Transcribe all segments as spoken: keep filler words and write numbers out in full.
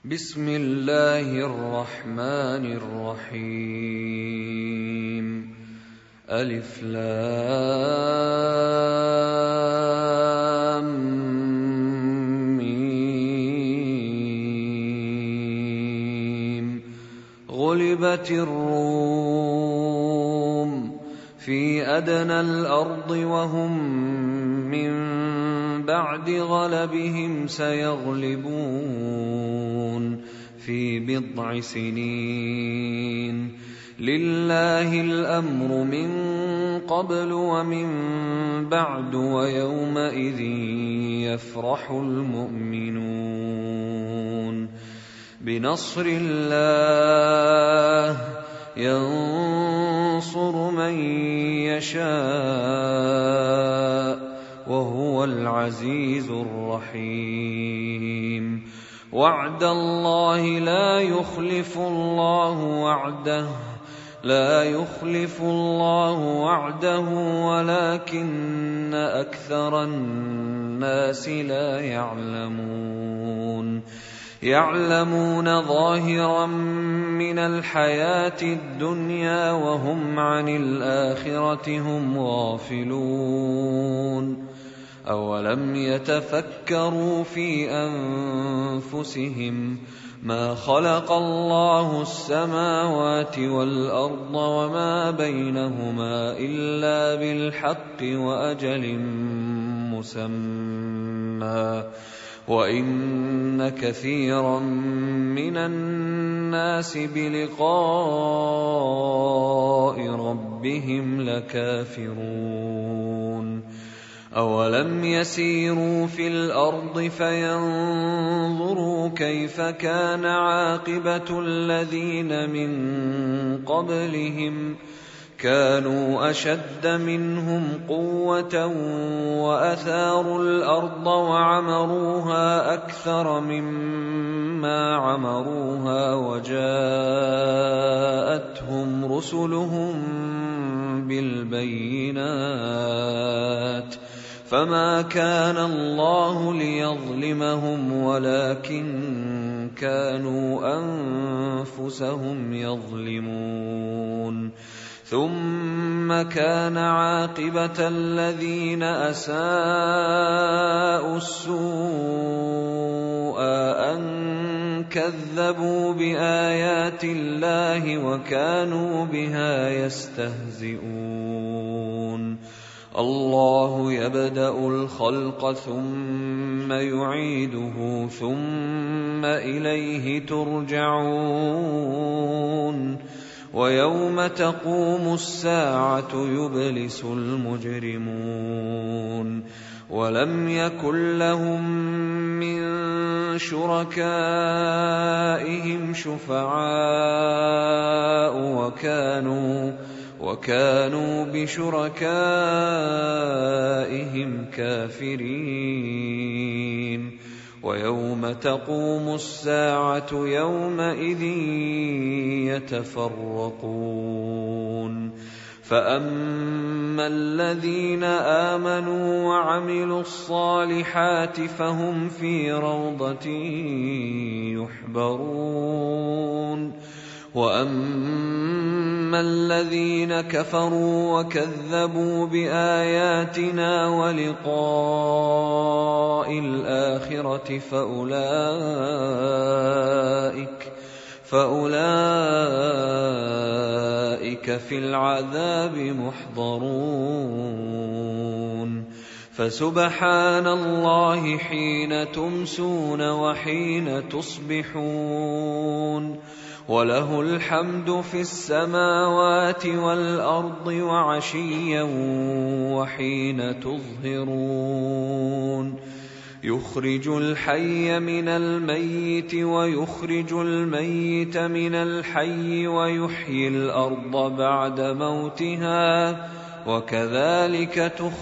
بسم الله الرحمن الرحيم. ألف لام ميم. غلبت الروم في أدنى الأرض وهم من بعد غلبهم سيغلبون في بضع سنين. لله الأمر من قبل ومن بعد ويومئذ يفرح المؤمنون. بنصر الله ينصر من يشاء وهو العزيز الرحيم. وعد الله لا يخلف الله وعده لا يخلف الله وعده ولكن أكثر الناس لا يعلمون. يعلمون ظاهرا من الحياة الدنيا وهم عن الآخرة هم غافلون. أولم يتفكروا في أنفسهم ما خلق الله السماوات والأرض وما بينهما إلا بالحق وأجل مسمى وإن كثيرا من الناس بلقاء ربهم لكافرون. أولم يسيروا في الأرض فينظروا كيف كان عاقبة الذين من قبلهم كانوا أشد منهم قوة وأثاروا الأرض وعمروها أكثر مما عمروها وجاءتهم رسلهم بالبينات فما كان الله ليظلمهم ولكن كانوا أنفسهم يظلمون. ثم كان عاقبة الذين أساءوا السوء أن كذبوا بآيات الله وكانوا بها يستهزئون. الله يبدأ الخلق ثم يعيده ثم إليه ترجعون. ويوم تقوم الساعة يبلس المجرمون. ولم يكن لهم من شركائهم شفعاء وكانوا وكانوا بشركائهم كافرين. ويوم تقوم الساعة يومئذ يتفرقون. فأما الذين آمنوا وعملوا الصالحات فهم في روضة يحبرون. وأما الذين كفروا وكذبوا بآياتنا ولقاء الآخرة فأولئك فأولئك في العذاب محضرون. فسبحان الله حين تمسون وحين تصبحون وله الحمد في السماوات والأرض وعشيا وحين تظهرون. يخرج الحي من الميت ويخرج الميت من الحي ويحيي الأرض بعد موتها وكذلك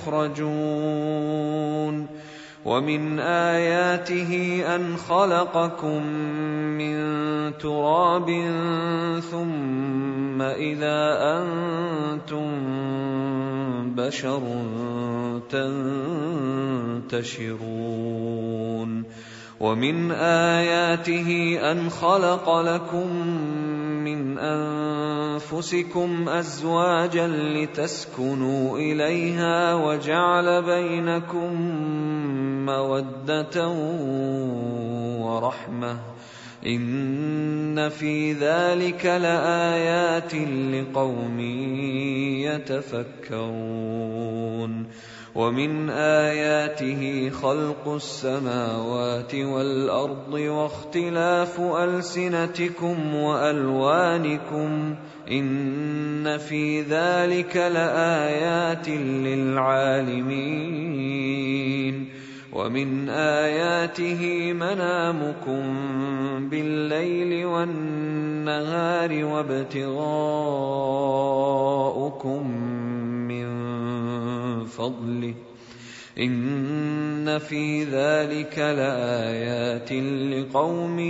تخرجون. ومن آياته أن خلقكم من تراب ثم إذا أنتم بشر تنتشرون. ومن آياته أن خلق لكم من أنفسكم أزواجا لتسكنوا إليها وجعل بينكم مودة ورحمة إن في ذلك لآيات لقوم يتفكرون ومن آياته خلق السماوات والأرض واختلاف ألسنتكم وألوانكم إن في ذلك لآيات للعالمين ومن آياته منامكم بالليل والنهار وابتغاؤكم من فضله إن في ذلك لآيات لقوم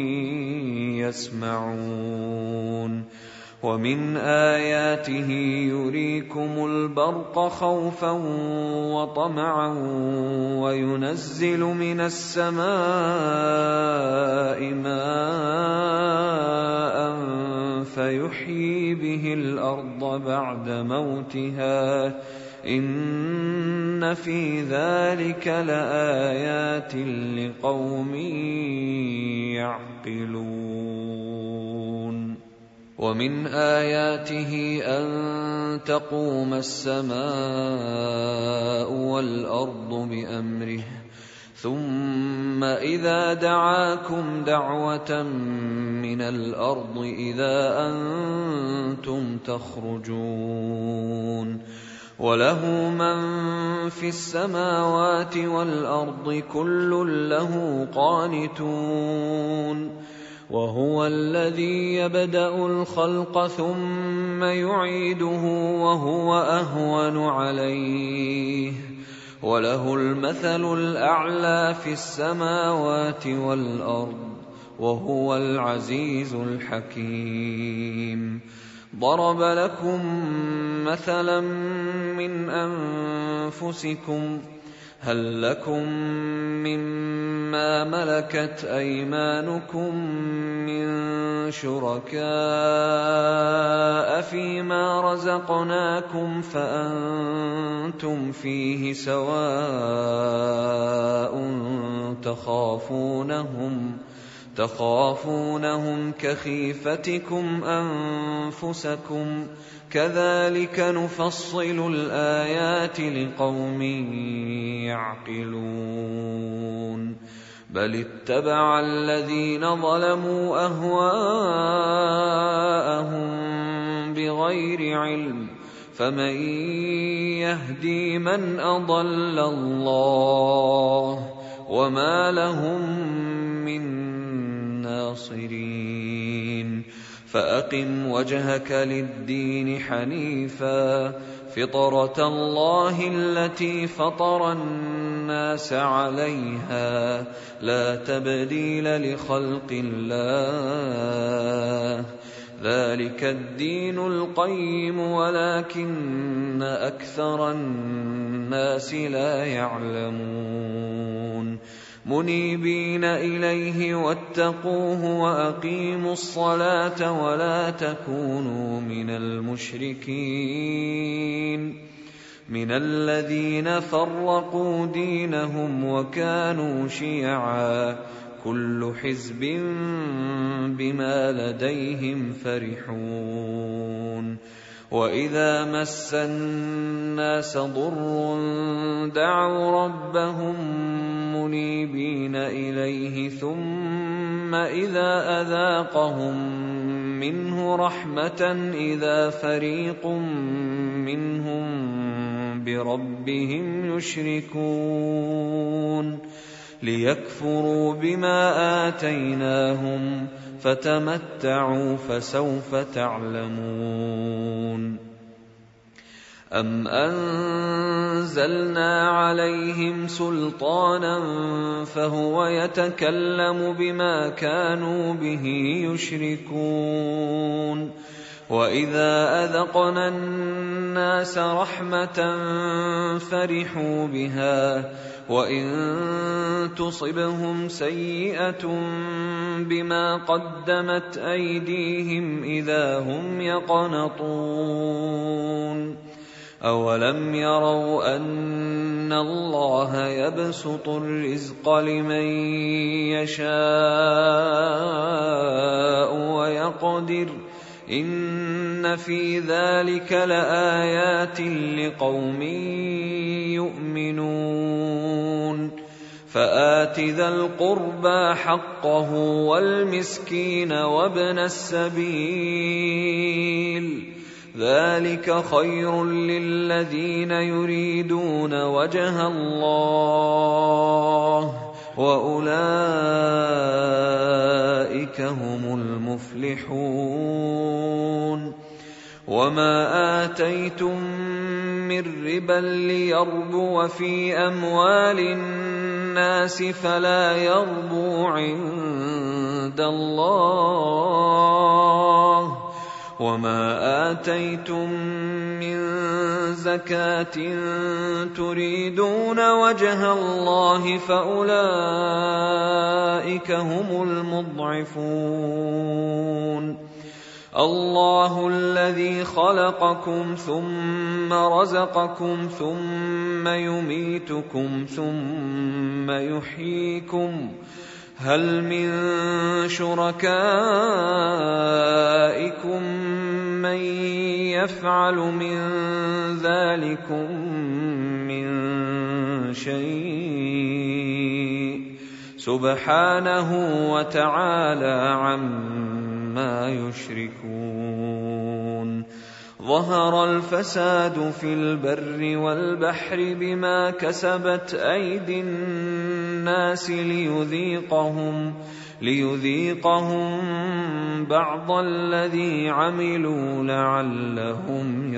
يسمعون ومن آياته يريكم البرق خوفا وطمعا وينزل من السماء ماء فيحيي به الأرض بعد موتها إن في ذلك لآيات لقوم يعقلون ومن آياته أن تقوم السماء والأرض بأمره ثم إذا دعاكم دعوة من الأرض إذا أنتم تخرجون وله من في السماوات والأرض كل له قانتون وهو الذي يبدأ الخلق ثم يعيده وهو أهون عليه وله المثل الأعلى في السماوات والأرض وهو العزيز الحكيم ضرب لكم مثلا من أنفسكم هل لكم مما ملكت أيمانكم من شركاء فيما رزقناكم فأنتم فيه سواء تخافونهم تخافونهم كخيفتكم أنفسكم كذلك نفصل الآيات لقوم يعقلون بل اتبع الذين ظلموا أهواءهم بغير علم فمن يهدي من أضل الله وما لهم من ناصرين فأقم وجهك للدين حنيفا فطرة الله التي فطر الناس عليها لا تبديل لخلق الله ذلك الدين القيم ولكن أكثر الناس لا يعلمون منيبين إليه واتقوه وأقيموا الصلاة ولا تكونوا من المشركين من الذين فرقوا دينهم وكانوا شيعا كل حزب بما لديهم فرحون وإذا مس الناس ضر دعوا ربهم منيبين إليه ثم إذا أذاقهم منه رحمة إذا فريق منهم بربهم يشركون ليكفروا بما آتيناهم فتمتعوا فسوف تعلمون أم أنزلنا عليهم سلطانا فهو يتكلم بما كانوا به يشركون وإذا أذقنا الناس رحمة فرحوا بها وإن تصبهم سيئة بما قدمت أيديهم إذا هم يقنطون أولم يروا أن الله يبسط الرزق لمن يشاء ويقدر إن في ذلك لآيات لقوم يؤمنون فآت ذا القربى حقه والمسكين وابن السبيل ذلك خير للذين يريدون وجه الله وأولئك هم المفلحون وما آتيتم من ربا ليربو في أموال الناس فلا يربو عند الله وما آتيتم من زكاة تريدون وجه الله فأولئك هم المضعفون الله الذي خلقكم ثم رزقكم ثم يميتكم ثم يحييكم هل من شركائكم من يفعل من ذلكم من شيء سبحانه وتعالى عما يشركون ظهر الفساد في البر والبحر بما كسبت أيدي الناس ليذيقهم ليذيقهم بعض الذي عملوا لعلهم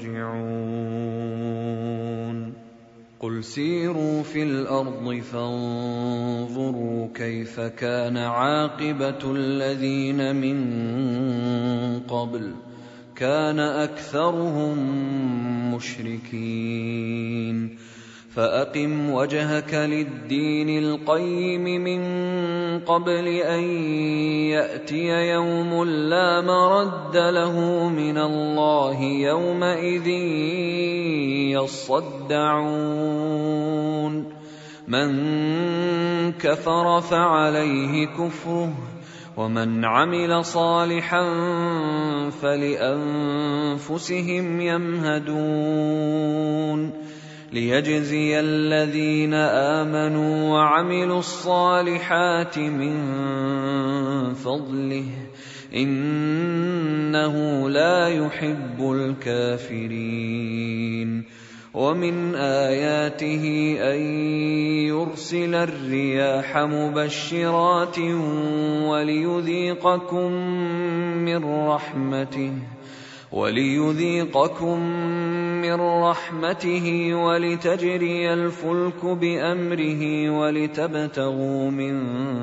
يرجعون قل سيروا في الأرض فانظروا كيف كان عاقبة الذين من قبل كان أكثرهم مشركين فأقم وجهك للدين القيم من قبل أن يأتي يوم لا مرد له من الله يومئذ يصدعون من كفر فعليه كفره ومن عمل صالحا فلأنفسهم يمهدون ليجزي الذين آمنوا وعملوا الصالحات من فضله إنه لا يحب الكافرين ومن آياته أن يرسل الرياح مبشرات وليذيقكم من رحمته وليذيقكم من رحمته ولتجري الفلك بأمره ولتبتغوا من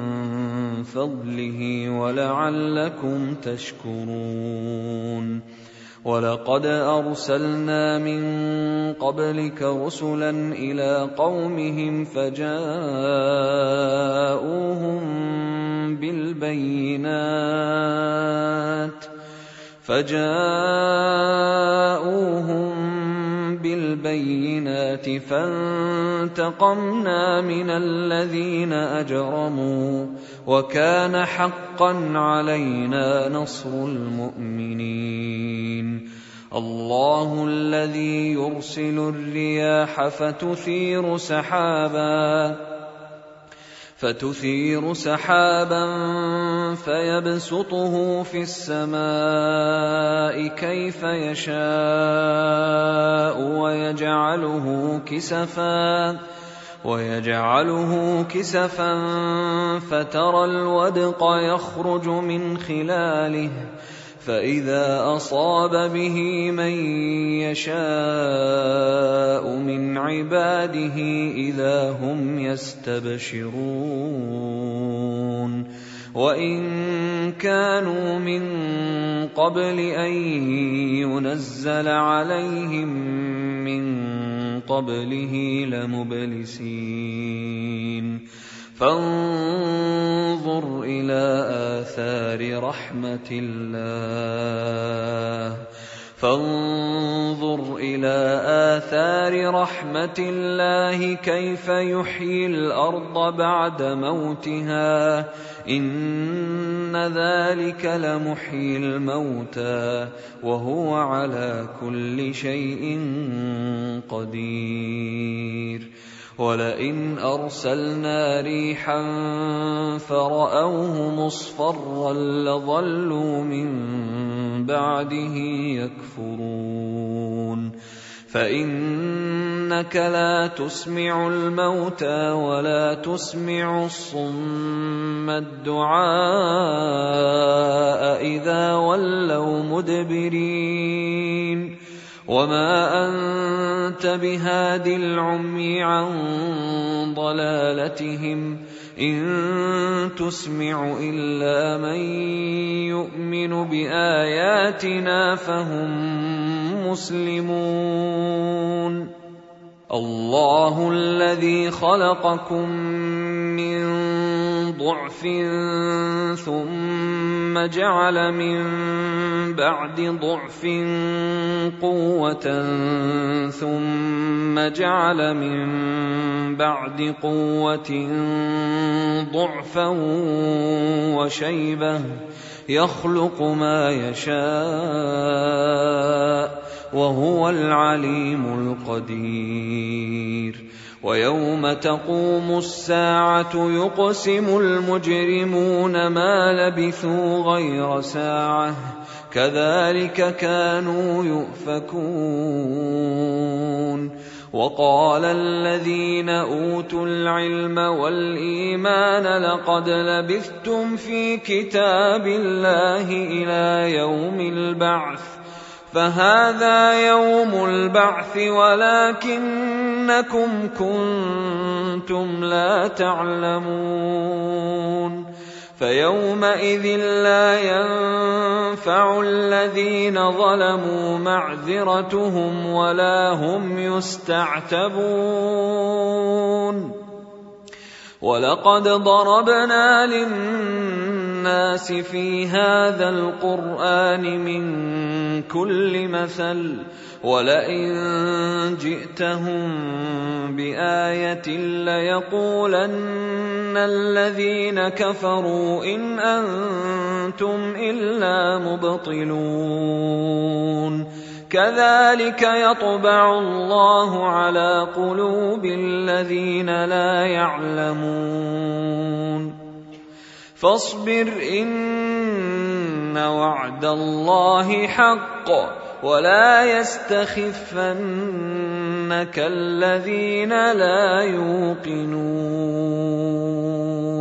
فضله ولعلكم تشكرون ولقد أرسلنا من قبلك رسلا إلى قومهم فجاءوهم بالبينات فجاءوهم بالبينات فانتقمنا من الذين أجرموا وكان حقا علينا نصر المؤمنين الله الذي يرسل الرياح فتثير سحابا فتثير سحابا فيبسطه في السماء كيف يشاء ويجعله كسفا ويجعله كسفا فترى الودق يخرج من خلاله فإذا أصاب به من يشاء من عباده إذا هم يستبشرون وإن كانوا من قبل أن ينزل عليهم من قبله لمبلسين فانظر إلى آثار رحمة الله فانظر إلى آثار رحمة الله كيف يحيي الأرض بعد موتها إن ذلك لمحيي الموتى وهو على كل شيء قدير ولئن أرسلنا ريحا فرأوه مصفرا لظلوا من بعده يكفرون فإنك لا تسمع الموتى ولا تسمع الصم الدعاء إذا ولوا مدبرين وما أنت بهاد العمي عن ضلالتهم إن تسمع إلا من يؤمن بآياتنا فهم مسلمون الله الذي خلقكم من ضعف ثم جعل من بعد ضعف قوة ثم جعل من بعد قوة ضعفا وشيبة يخلق ما يشاء وهو العليم القدير ويوم تقوم الساعة يقسم المجرمون ما لبثوا غير ساعة كذلك كانوا يؤفكون وقال الذين أوتوا العلم والإيمان لقد لبثتم في كتاب الله إلى يوم البعث فهذا يوم البعث ولكنكم كنتم لا تعلمون فيومئذ لا ينفع الذين ظلموا معذرتهم ولا هم يستعتبون ولقد ضربنا للناس في هذا القرآن من كل مثل ولئن جئتهم بآية ليقولن الذين كفروا إن أنتم إلا مبطلون كذلك يطبع الله على قلوب الذين لا يعلمون فاصبر إن وعد الله حق ولا يستخفنك الذين لا يوقنون